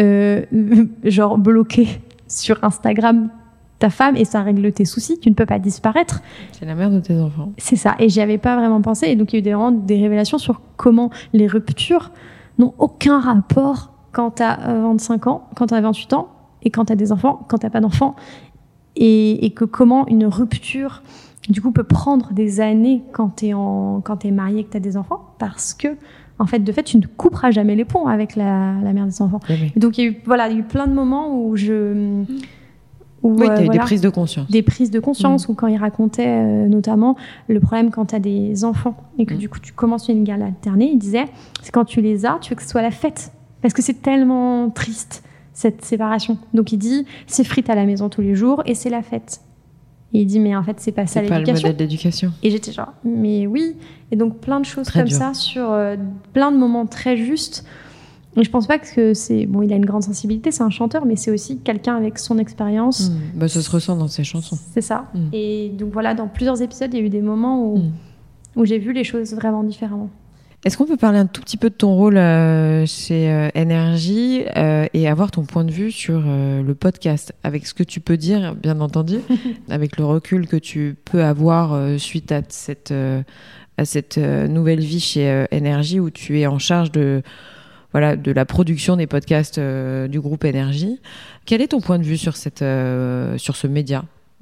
genre, bloquer sur Instagram ta femme et ça règle tes soucis. Tu ne peux pas disparaître. C'est la mère de tes enfants. C'est ça. Et j'y avais pas vraiment pensé. Et donc, il y a eu vraiment des révélations sur comment les ruptures n'ont aucun rapport quand tu as 25 ans, quand tu as 28 ans, et quand tu as des enfants, quand tu n'as pas d'enfants. Et que comment une rupture, du coup, peut prendre des années quand tu es marié et que tu as des enfants. Parce que, en fait, de fait, tu ne couperas jamais les ponts avec la mère des enfants. Oui. Et donc, il y a eu plein de moments où oui, tu as eu des prises de conscience. Des prises de conscience, ou quand il racontait notamment le problème quand tu as des enfants et que du coup tu commences une garde alternée, il disait, c'est quand tu les as, tu veux que ce soit la fête. Parce que c'est tellement triste, cette séparation. Donc il dit, c'est frites à la maison tous les jours et c'est la fête. Et il dit, mais en fait, c'est pas ça l'éducation. C'est pas le modèle d'éducation. Et j'étais genre, mais oui. Et donc plein de choses très comme dur. Ça, sur plein de moments très justes. Et je pense pas que c'est... Bon, il a une grande sensibilité, c'est un chanteur, mais c'est aussi quelqu'un avec son expérience. Ça se ressent dans ses chansons. C'est ça. Et donc voilà, dans plusieurs épisodes, il y a eu des moments où j'ai vu les choses vraiment différemment. Est-ce qu'on peut parler un tout petit peu de ton rôle chez Énergie et avoir ton point de vue sur le podcast, avec ce que tu peux dire, bien entendu, avec le recul que tu peux avoir suite à cette nouvelle vie chez Énergie, où tu es en charge de la production des podcasts du groupe Énergie. Quel est ton point de vue sur ce média aujourd'hui ?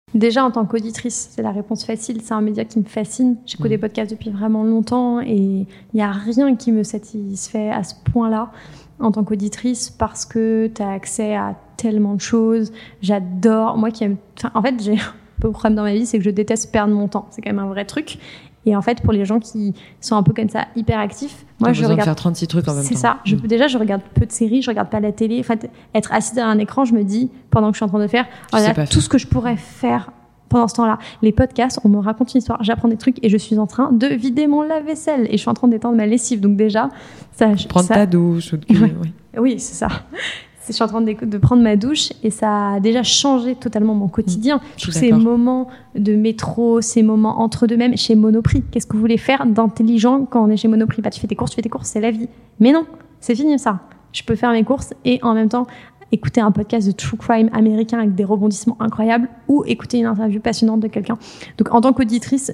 Déjà, en tant qu'auditrice, c'est la réponse facile. C'est un média qui me fascine. J'écoute des podcasts depuis vraiment longtemps et il n'y a rien qui me satisfait à ce point-là en tant qu'auditrice parce que tu as accès à tellement de choses. J'adore. Moi qui aime. En fait, j'ai un peu de problème dans ma vie, c'est que je déteste perdre mon temps. C'est quand même un vrai truc. Et en fait, pour les gens qui sont un peu comme ça, hyper actifs, moi, je regarde. De faire 36 trucs en même temps. C'est ça. Déjà, je regarde peu de séries, je regarde pas la télé. En fait, être assise derrière un écran, je me dis, pendant que je suis en train de faire, tout ce que je pourrais faire pendant ce temps-là. Les podcasts, on me raconte une histoire, j'apprends des trucs et je suis en train de vider mon lave-vaisselle et je suis en train d'étendre ma lessive. Donc déjà, prendre ta douche. Oui, c'est ça. Je suis en train de prendre ma douche et ça a déjà changé totalement mon quotidien. Tous ces moments de métro, ces moments entre deux mêmes chez Monoprix. Qu'est-ce que vous voulez faire d'intelligent quand on est chez Monoprix ? Tu fais tes courses, c'est la vie. Mais non, c'est fini ça. Je peux faire mes courses et en même temps écouter un podcast de true crime américain avec des rebondissements incroyables ou écouter une interview passionnante de quelqu'un. Donc en tant qu'auditrice,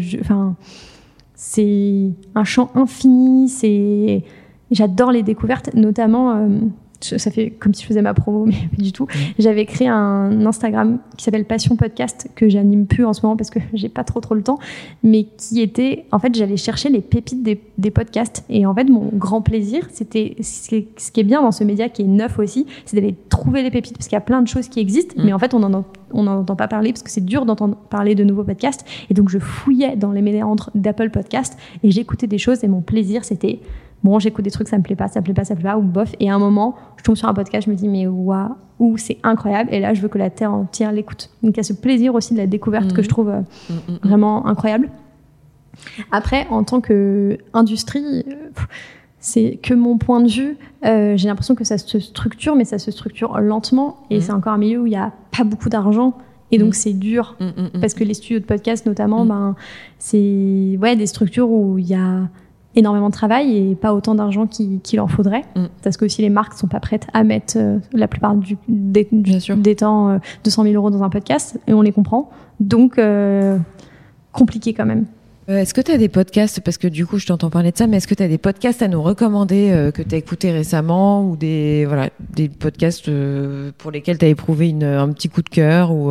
c'est un champ infini. J'adore les découvertes, notamment... ça fait comme si je faisais ma promo, mais pas du tout. J'avais créé un Instagram qui s'appelle Passion Podcast, que j'anime plus en ce moment parce que j'ai pas trop le temps, mais qui était, en fait, j'allais chercher les pépites des podcasts. Et en fait, mon grand plaisir, c'était ce qui est bien dans ce média qui est neuf aussi, c'est d'aller trouver les pépites parce qu'il y a plein de choses qui existent, mais en fait, on n'en entend pas parler parce que c'est dur d'entendre parler de nouveaux podcasts. Et donc, je fouillais dans les méandres d'Apple Podcast et j'écoutais des choses et mon plaisir, c'était bon, j'écoute des trucs, ça me plaît pas, ou bof. Et à un moment, je tombe sur un podcast, je me dis, mais waouh, c'est incroyable. Et là, je veux que la terre entière l'écoute. Donc, il y a ce plaisir aussi de la découverte que je trouve vraiment incroyable. Après, en tant qu'industrie, c'est que mon point de vue. J'ai l'impression que ça se structure, mais ça se structure lentement. Et c'est encore un milieu où il n'y a pas beaucoup d'argent. Et donc, c'est dur. Parce que les studios de podcast, notamment, c'est des structures où il y a énormément de travail et pas autant d'argent qu'il en faudrait. Parce que aussi les marques sont pas prêtes à mettre la plupart des temps 200 000 € dans un podcast et on les comprend. Donc, compliqué quand même. Est-ce que tu as des podcasts, parce que du coup je t'entends parler de ça, mais est-ce que tu as des podcasts à nous recommander que tu as écoutés récemment ou des podcasts pour lesquels tu as éprouvé un petit coup de cœur ou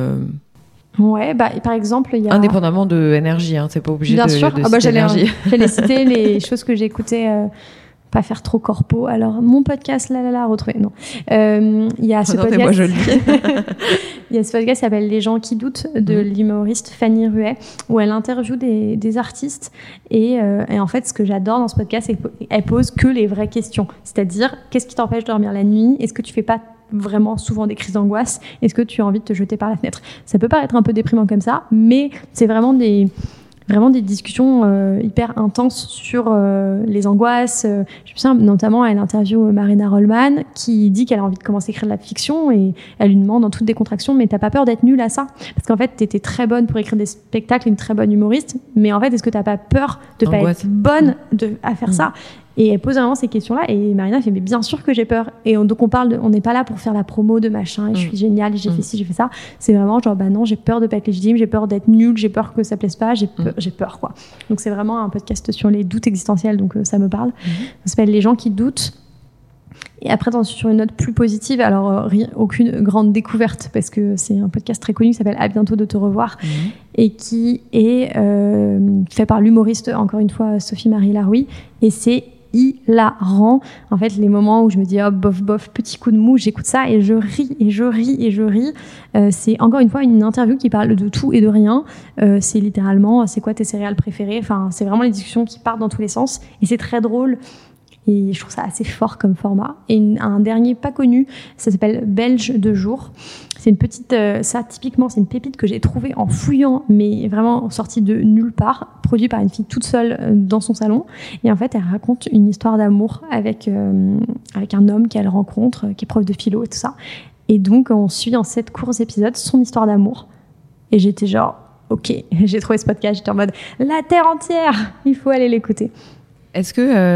Ouais, par exemple, il y a... Indépendamment de énergie, hein, c'est pas obligé Bien de sûr. citer énergie. J'allais citer les choses que j'écoutais, pas faire trop corpo. Alors, mon podcast, retrouver. Non. Il y a ce podcast... moi je le dis. Il y a ce podcast qui s'appelle Les gens qui doutent, de l'humoriste Fanny Ruet, où elle interviewe des artistes. Et en fait, ce que j'adore dans ce podcast, c'est qu'elle pose que les vraies questions. C'est-à-dire, qu'est-ce qui t'empêche de dormir la nuit ? Est-ce que tu fais pas vraiment souvent des crises d'angoisse? Est-ce que tu as envie de te jeter par la fenêtre? Ça peut paraître un peu déprimant comme ça, mais c'est vraiment des discussions hyper intenses sur les angoisses. Je me souviens notamment à une interview Marina Rollman qui dit qu'elle a envie de commencer à écrire de la fiction et elle lui demande en toute décontraction, mais t'as pas peur d'être nulle à ça? Parce qu'en fait, t'étais très bonne pour écrire des spectacles, une très bonne humoriste, mais en fait, est-ce que t'as pas peur de pas être bonne à faire ça? Et elle pose vraiment ces questions-là et Marina fait mais bien sûr que j'ai peur. Et donc on n'est pas là pour faire la promo de machin et je suis géniale et j'ai fait ci, j'ai fait ça. C'est vraiment genre non, j'ai peur de pas être légitime, j'ai peur d'être nulle, j'ai peur que ça plaise pas, j'ai peur quoi. Donc c'est vraiment un podcast sur les doutes existentiels, donc ça me parle. Ça s'appelle Les gens qui doutent. Et après, sur une note plus positive, alors aucune grande découverte parce que c'est un podcast très connu qui s'appelle À bientôt de te revoir et qui est fait par l'humoriste, encore une fois, Sophie-Marie Laroui, et c'est hilarant. En fait, les moments où je me dis bof, petit coup de mou, j'écoute ça et je ris. C'est encore une fois une interview qui parle de tout et de rien. C'est littéralement, c'est quoi tes céréales préférées? Enfin, c'est vraiment les discussions qui partent dans tous les sens et c'est très drôle. Et je trouve ça assez fort comme format. Et un dernier pas connu, ça s'appelle Belge de jour. C'est une petite, ça typiquement, c'est une pépite que j'ai trouvée en fouillant, mais vraiment sortie de nulle part, produit par une fille toute seule dans son salon. Et en fait, elle raconte une histoire d'amour avec un homme qu'elle rencontre, qui est prof de philo et tout ça. Et donc, on suit en 7 courts épisodes son histoire d'amour. Et j'étais genre, ok, j'ai trouvé ce podcast, j'étais en mode, la terre entière, il faut aller l'écouter. Est-ce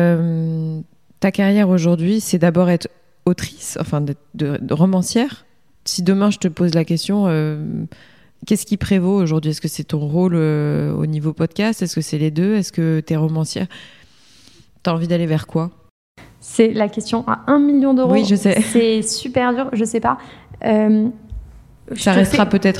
que ta carrière aujourd'hui, c'est d'abord être autrice, enfin de romancière? Si demain je te pose la question, qu'est-ce qui prévaut aujourd'hui? Est-ce que c'est ton rôle au niveau podcast? Est-ce que c'est les deux? Est-ce que t'es romancière? T'as envie d'aller vers quoi? C'est la question à 1 million d'euros. Oui, je sais. C'est super dur, je sais pas. Ça restera peut-être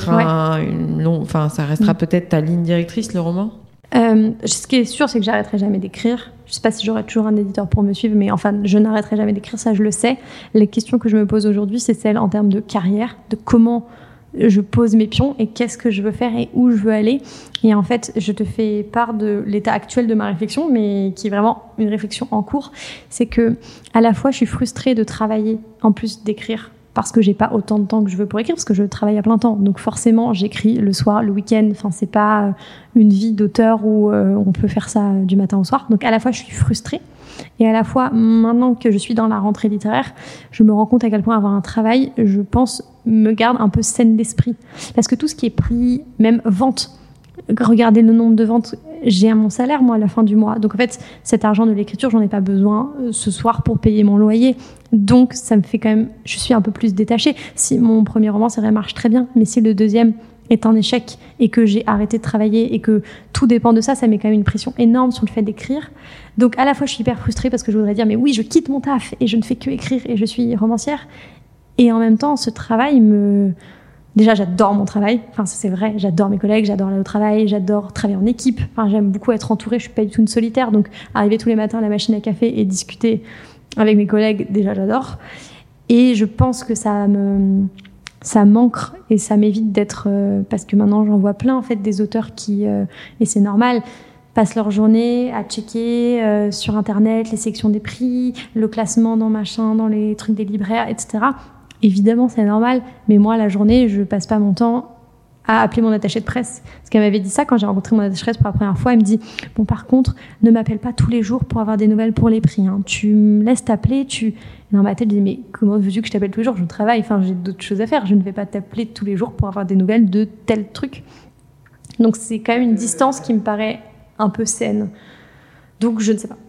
ça restera peut-être ta ligne directrice, le roman. Ce qui est sûr, c'est que j'arrêterai jamais d'écrire. Je sais pas si j'aurai toujours un éditeur pour me suivre, mais enfin, je n'arrêterai jamais d'écrire, ça je le sais. Les questions que je me pose aujourd'hui, c'est celles en termes de carrière, de comment je pose mes pions et qu'est-ce que je veux faire et où je veux aller. Et en fait, je te fais part de l'état actuel de ma réflexion, mais qui est vraiment une réflexion en cours. C'est que, à la fois, je suis frustrée de travailler en plus d'écrire, parce que j'ai pas autant de temps que je veux pour écrire, parce que je travaille à plein temps. Donc forcément, j'écris le soir, le week-end. Enfin, c'est pas une vie d'auteur où on peut faire ça du matin au soir. Donc à la fois, je suis frustrée. Et à la fois, maintenant que je suis dans la rentrée littéraire, je me rends compte à quel point avoir un travail, je pense, me garde un peu saine d'esprit. Parce que tout ce qui est prix, même vente, regardez le nombre de ventes, j'ai mon salaire, moi, à la fin du mois. Donc, en fait, cet argent de l'écriture, j'en ai pas besoin ce soir pour payer mon loyer. Donc, ça me fait quand même... Je suis un peu plus détachée. Si mon premier roman, c'est vrai, marche très bien. Mais si le deuxième est un échec et que j'ai arrêté de travailler et que tout dépend de ça, ça met quand même une pression énorme sur le fait d'écrire. Donc, à la fois, je suis hyper frustrée parce que je voudrais dire, mais oui, je quitte mon taf et je ne fais que écrire et je suis romancière. Et en même temps, ce travail me... Déjà, j'adore mon travail. Enfin, ça, c'est vrai. J'adore mes collègues, j'adore aller au travail, j'adore travailler en équipe. Enfin, j'aime beaucoup être entourée. Je suis pas du tout une solitaire. Donc, arriver tous les matins à la machine à café et discuter avec mes collègues, déjà, j'adore. Et je pense que ça m'ancre et ça m'évite d'être... parce que maintenant, j'en vois plein, en fait, des auteurs qui, et c'est normal, passent leur journée à checker sur Internet les sections des prix, le classement dans les trucs des libraires, etc. Évidemment, c'est normal, mais moi, la journée, je passe pas mon temps à appeler mon attaché de presse. Parce qu'elle m'avait dit ça quand j'ai rencontré mon attaché de presse pour la première fois. Elle me dit, bon, par contre, ne m'appelle pas tous les jours pour avoir des nouvelles pour les prix. Hein. Tu me laisses t'appeler, Et dans ma tête, je dis, mais comment veux-tu que je t'appelle tous les jours? Je travaille, enfin, j'ai d'autres choses à faire. Je ne vais pas t'appeler tous les jours pour avoir des nouvelles de tel truc. Donc, c'est quand même une distance qui me paraît un peu saine. Donc, je ne sais pas.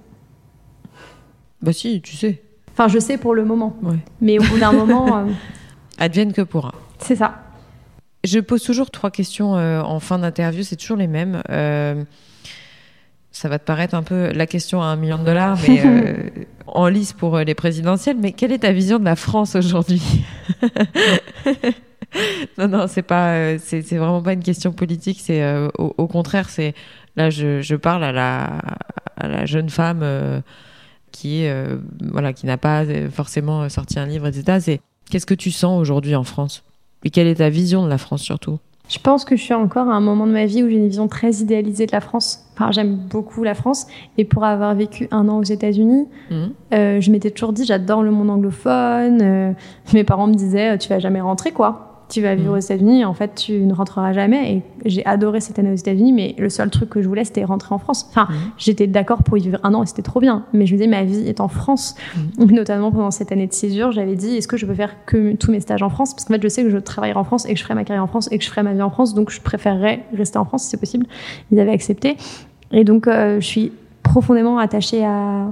Bah si, tu sais. Enfin, je sais pour le moment. Ouais. Mais au bout d'un moment... Advienne que pourra. C'est ça. Je pose toujours 3 questions en fin d'interview, c'est toujours les mêmes. Ça va te paraître un peu la question à $1 million, mais en lice pour les présidentielles. Mais quelle est ta vision de la France aujourd'hui? Non, c'est pas, c'est vraiment pas une question politique. C'est au contraire, c'est là je parle à la jeune femme qui n'a pas forcément sorti un livre, etc. C'est qu'est-ce que tu sens aujourd'hui en France? Et quelle est ta vision de la France surtout? Je pense que je suis encore à un moment de ma vie où j'ai une vision très idéalisée de la France. Enfin, j'aime beaucoup la France. Et pour avoir vécu 1 an aux États-Unis, je m'étais toujours dit, j'adore le monde anglophone. Mes parents me disaient, tu vas jamais rentrer, quoi. Tu vas vivre aux États-Unis, en fait, tu ne rentreras jamais. Et j'ai adoré cette année aux États-Unis, mais le seul truc que je voulais, c'était rentrer en France. Enfin, j'étais d'accord pour y vivre 1 an et c'était trop bien. Mais je me disais, ma vie est en France. Notamment pendant cette année de césure, j'avais dit, est-ce que je peux faire que tous mes stages en France? Parce qu'en fait, je sais que je travaillerai en France et que je ferai ma carrière en France et que je ferai ma vie en France. Donc, je préférerais rester en France si c'est possible. Ils avaient accepté. Et donc, je suis profondément attachée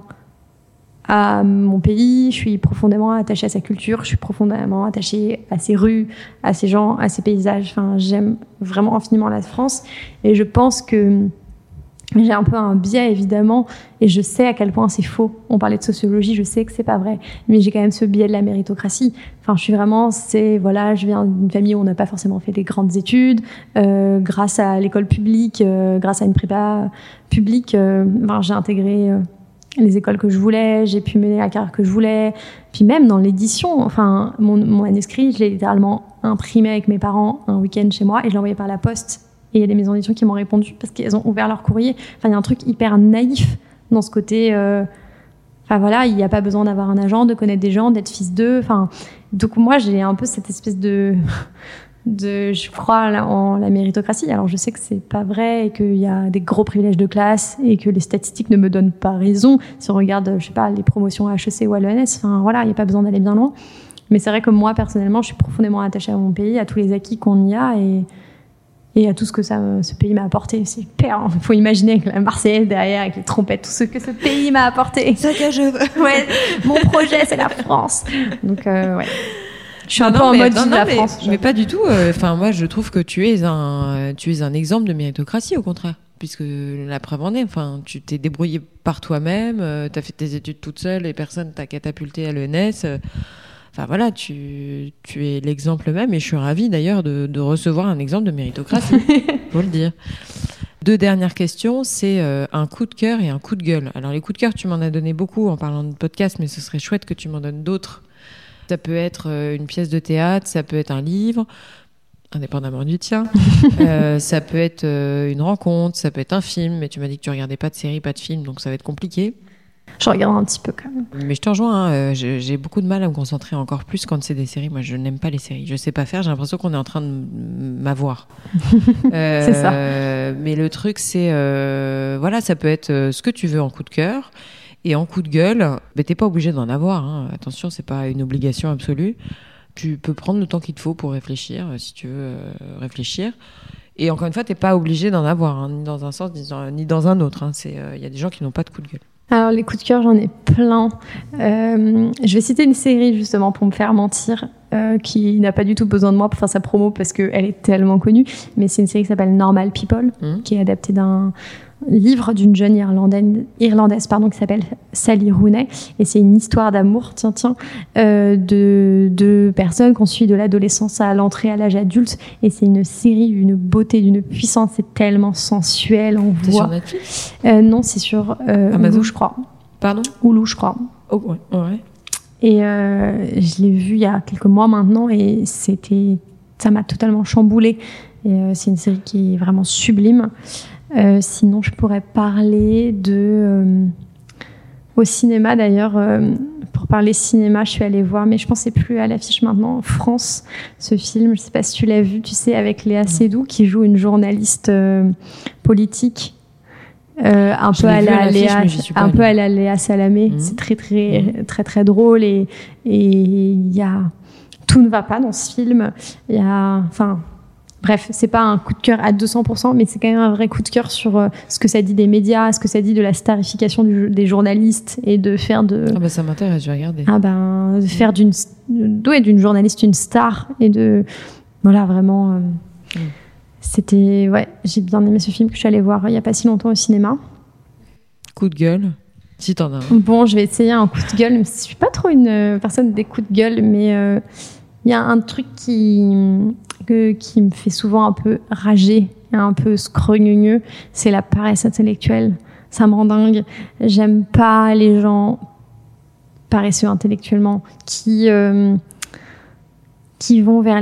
à mon pays, je suis profondément attachée à sa culture, je suis profondément attachée à ses rues, à ses gens, à ses paysages. Enfin, j'aime vraiment infiniment la France et je pense que j'ai un peu un biais évidemment et je sais à quel point c'est faux. On parlait de sociologie, je sais que c'est pas vrai, mais j'ai quand même ce biais de la méritocratie. Enfin, je suis vraiment, je viens d'une famille où on n'a pas forcément fait des grandes études, grâce à l'école publique, grâce à une prépa publique, j'ai intégré les écoles que je voulais, j'ai pu mener la carrière que je voulais. Puis même dans l'édition, enfin, mon manuscrit, je l'ai littéralement imprimé avec mes parents un week-end chez moi et je l'ai envoyé par la poste. Et il y a des maisons d'édition qui m'ont répondu parce qu'elles ont ouvert leur courrier. Enfin, il y a un truc hyper naïf dans ce côté... Enfin voilà, il n'y a pas besoin d'avoir un agent, de connaître des gens, d'être fils d'eux. Enfin, donc moi, j'ai un peu cette espèce de je crois en la méritocratie. Alors je sais que c'est pas vrai et qu'il y a des gros privilèges de classe et que les statistiques ne me donnent pas raison. Si on regarde, je sais pas, les promotions à HEC ou à l'ENS, enfin voilà, il n'y a pas besoin d'aller bien loin. Mais c'est vrai que moi, personnellement, je suis profondément attachée à mon pays, à tous les acquis qu'on y a et à tout ce que ce pays m'a apporté. C'est hyper. Il faut imaginer avec la Marseillaise derrière, avec les trompettes, tout ce que ce pays m'a apporté. Ça que je veux. Ouais, mon projet, c'est la France. Donc ouais. Je suis un peu en mode de la France. Mais pas du tout. Enfin, moi, je trouve que tu es un exemple de méritocratie, au contraire. Puisque la preuve en est, enfin, tu t'es débrouillée par toi-même, t'as fait tes études toute seule et personne t'a catapulté à l'ENS. Enfin voilà, tu es l'exemple même et je suis ravie d'ailleurs de recevoir un exemple de méritocratie, faut le dire. 2 dernières questions, c'est un coup de cœur et un coup de gueule. Alors les coups de cœur, tu m'en as donné beaucoup en parlant de podcast, mais ce serait chouette que tu m'en donnes d'autres. Ça peut être une pièce de théâtre, ça peut être un livre, indépendamment du tien. Ça peut être une rencontre, ça peut être un film, mais tu m'as dit que tu regardais pas de série, pas de film, donc ça va être compliqué. Je regarde un petit peu quand même. Mais je te rejoins, hein, j'ai beaucoup de mal à me concentrer encore plus quand c'est des séries. Moi, je n'aime pas les séries. Je sais pas faire, j'ai l'impression qu'on est en train de m'avoir. C'est ça. Mais le truc, c'est... voilà, ça peut être ce que tu veux en coup de cœur. Et en coup de gueule, t'es pas obligé d'en avoir. Hein. Attention, c'est pas une obligation absolue. Tu peux prendre le temps qu'il te faut pour réfléchir, si tu veux réfléchir. Et encore une fois, t'es pas obligé d'en avoir, hein, ni dans un sens, ni dans un autre. Il y a des gens qui n'ont pas de coup de gueule. Alors, les coups de cœur, j'en ai plein. Je vais citer une série, justement, pour me faire mentir, qui n'a pas du tout besoin de moi pour faire sa promo parce qu'elle est tellement connue. Mais c'est une série qui s'appelle Normal People, qui est adaptée d'un livre d'une jeune irlandaise qui s'appelle Sally Rooney. Et c'est une histoire d'amour, de deux personnes qu'on suit de l'adolescence à l'entrée à l'âge adulte. Et c'est une série d'une beauté, d'une puissance. C'est tellement sensuel. C'est sur Netflix ? Non, c'est sur Amazon, Hulu, je crois. Pardon ? Hulu, je crois. Oh, ouais. Et je l'ai vu il y a quelques mois maintenant et ça m'a totalement chamboulée. Et c'est une série qui est vraiment sublime. Sinon, je pourrais parler au cinéma d'ailleurs. Pour parler cinéma, je suis allée voir, mais je pense que c'est plus à l'affiche maintenant, France, ce film. Je ne sais pas si tu l'as vu, tu sais, avec Léa Seydoux qui joue une journaliste politique. Un peu à la Léa Salamé. C'est très très drôle et il y a tout ne va pas dans ce film. Bref, c'est pas un coup de cœur à 200%, mais c'est quand même un vrai coup de cœur sur ce que ça dit des médias, ce que ça dit de la starification des journalistes et de faire de. Ah bah ça m'intéresse, je vais regarder. De faire d'une journaliste une star et de vraiment. C'était j'ai bien aimé ce film que je suis allée voir il y a pas si longtemps au cinéma. Coup de gueule, si t'en as. Bon, je vais essayer un coup de gueule. Je suis pas trop une personne des coups de gueule, mais il y a un truc qui me fait souvent un peu rager, un peu scrogneux, c'est la paresse intellectuelle. Ça me rend dingue. J'aime pas les gens paresseux intellectuellement qui vont vers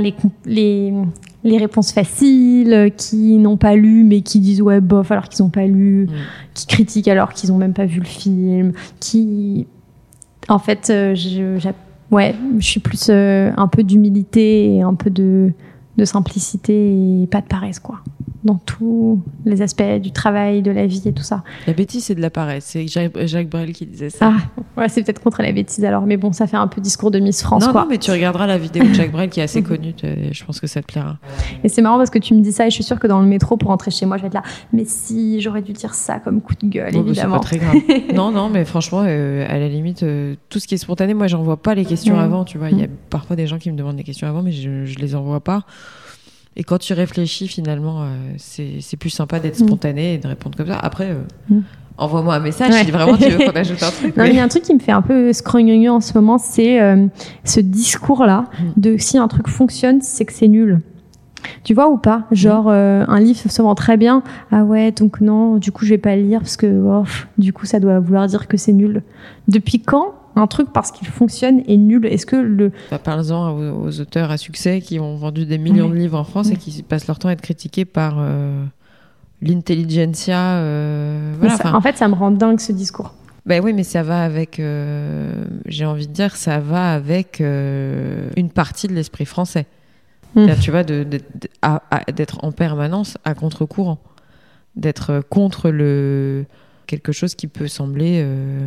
les réponses faciles, qui n'ont pas lu mais qui disent ouais bof alors qu'ils n'ont pas lu, qui critiquent alors qu'ils n'ont même pas vu le film, qui en fait je suis plus un peu d'humilité et un peu de simplicité et pas de paresse quoi, dans tous les aspects du travail, de la vie et tout ça. La bêtise, c'est de la paresse. C'est Jacques Brel qui disait ça. C'est peut-être contre la bêtise alors, mais bon, ça fait un peu discours de Miss France, quoi. Non, mais tu regarderas la vidéo de Jacques Brel qui est assez connue. Je pense que ça te plaira. Et c'est marrant parce que tu me dis ça et je suis sûre que dans le métro, pour rentrer chez moi, je vais être là. Mais si, j'aurais dû dire ça comme coup de gueule, évidemment. C'est pas très grave. non, mais franchement, à la limite, tout ce qui est spontané, moi, j'envoie pas les questions avant, tu vois. Il y a parfois des gens qui me demandent des questions avant, mais je les envoie pas. Et quand tu réfléchis, finalement, c'est plus sympa d'être spontané et de répondre comme ça. Après, envoie-moi un message si vraiment tu veux qu'on ajoute un truc. Non, mais il y a un truc qui me fait un peu scrogneux en ce moment, c'est ce discours-là de si un truc fonctionne, c'est que c'est nul. Tu vois ou pas ? Genre, un livre se vend très bien. Ah ouais, donc non, du coup, je vais pas le lire parce que du coup, ça doit vouloir dire que c'est nul. Depuis quand un truc, parce qu'il fonctionne, est nul? Est-ce que parlons aux auteurs à succès qui ont vendu des millions de livres en France et qui passent leur temps à être critiqués par l'intelligentsia. En fait, ça me rend dingue ce discours. Ben oui, mais ça va avec, j'ai envie de dire, ça va avec une partie de l'esprit français. Tu vois, d'être en permanence à contre-courant, d'être contre quelque chose qui peut sembler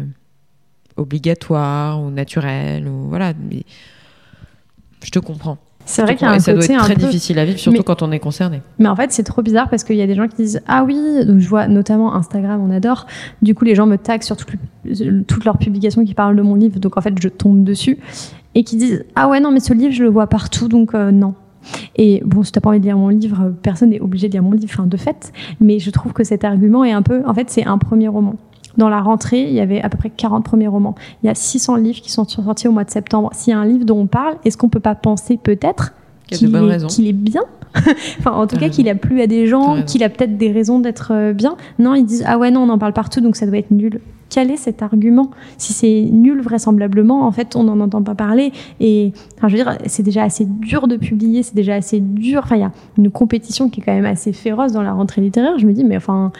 obligatoire ou naturel, ou voilà. Mais je te comprends. C'est vrai qu'il y a un ça côté doit être très un peu difficile à vivre, surtout quand on est concerné. Mais en fait, c'est trop bizarre parce qu'il y a des gens qui disent ah oui, donc je vois notamment Instagram, on adore. Du coup, les gens me taguent sur toutes leurs publications qui parlent de mon livre, donc en fait, je tombe dessus et qui disent ah ouais non mais ce livre je le vois partout donc non. Et bon, si t'as pas envie de lire mon livre, personne n'est obligé de lire mon livre, de fait. Mais je trouve que cet argument est un peu, en fait, c'est un premier roman. dans la rentrée, il y avait à peu près 40 premiers romans. Il y a 600 livres qui sont sortis au mois de septembre. S'il y a un livre dont on parle, est-ce qu'on peut pas penser peut-être qu'il est bien enfin, en tout cas, qu'il a plu à des gens, qu'il a peut-être des raisons d'être bien. Non, ils disent « Ah ouais, non, on en parle partout, donc ça doit être nul. » Quel est cet argument ? Si c'est nul, vraisemblablement, en fait, on n'en entend pas parler. Et enfin, je veux dire, c'est déjà assez dur de publier, c'est déjà assez dur. Enfin, il y a une compétition qui est quand même assez féroce dans la rentrée littéraire. Je me dis, mais enfin,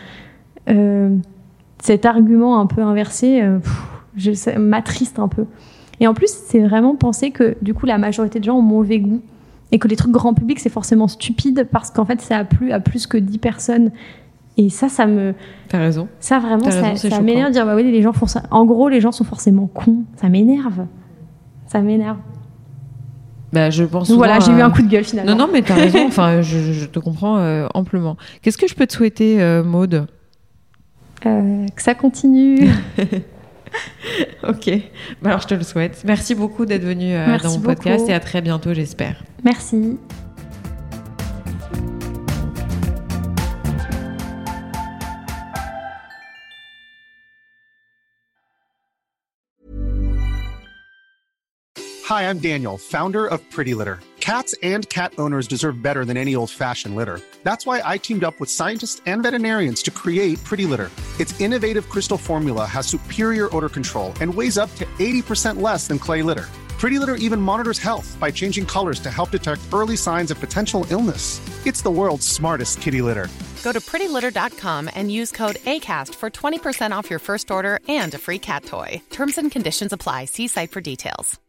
cet argument un peu inversé, ça m'attriste un peu. Et en plus, c'est vraiment penser que, du coup, la majorité de gens ont mauvais goût. Et que les trucs grand public, c'est forcément stupide parce qu'en fait, ça a plu à plus que 10 personnes. Et ça me... T'as raison. Ça, vraiment, ça m'énerve de dire, bah oui, les gens font ça. En gros, les gens sont forcément cons. Ça m'énerve. Ça m'énerve. Bah, je pense. Donc voilà, j'ai eu un coup de gueule finalement. Non, mais t'as raison. Enfin, je te comprends amplement. Qu'est-ce que je peux te souhaiter, Maude ? Que ça continue. Ok. Bah alors, je te le souhaite. Merci beaucoup d'être venue dans mon podcast et à très bientôt, j'espère. Merci. Hi, I'm Daniel, founder of Pretty Litter. Cats and cat owners deserve better than any old-fashioned litter. That's why I teamed up with scientists and veterinarians to create Pretty Litter. Its innovative crystal formula has superior odor control and weighs up to 80% less than clay litter. Pretty Litter even monitors health by changing colors to help detect early signs of potential illness. It's the world's smartest kitty litter. Go to prettylitter.com and use code ACAST for 20% off your first order and a free cat toy. Terms and conditions apply. See site for details.